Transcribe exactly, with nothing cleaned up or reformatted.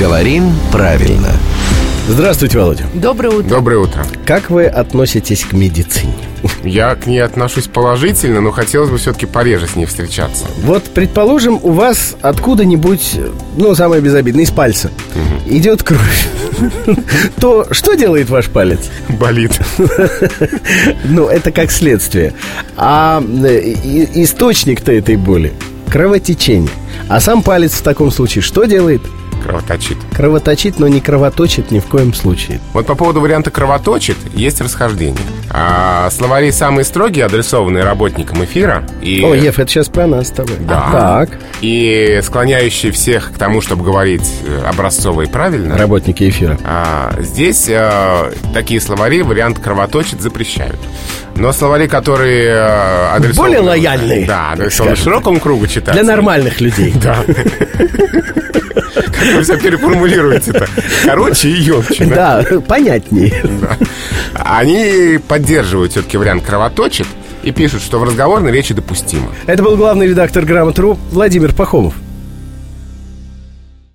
Говорим правильно. Здравствуйте, Володя. Доброе утро. Доброе утро. Как вы относитесь к медицине? Я к ней отношусь положительно, но хотелось бы все-таки пореже с ней встречаться. Вот, предположим, у вас откуда-нибудь, ну, самое безобидное, из пальца угу. идет кровь. То что делает ваш палец? Болит. Ну, это как следствие. А источник-то этой боли — кровотечение. А сам палец в таком случае что делает? Кровоточит. Кровоточит, но не кровоточит ни в коем случае. Вот по поводу варианта «кровоточит» есть расхождение. А словари самые строгие, адресованные работникам эфира и... О, Ев, это сейчас про нас с тобой. Да. Так. И склоняющие всех к тому, чтобы говорить образцово и правильно. Работники эфира. А, здесь а, такие словари вариант «кровоточит» запрещают. Но словари, которые а, адресованы... Более лояльные. Да, адресованы широкому кругу читать. Для нормальных людей. Да. Как вы все переформулируете-то? Короче и ёмче. Да, понятнее. Да. Они поддерживают все-таки вариант «кровоточит» и пишут, что в разговорной речи допустимо. Это был главный редактор «Грамоты точка ру» Владимир Пахомов.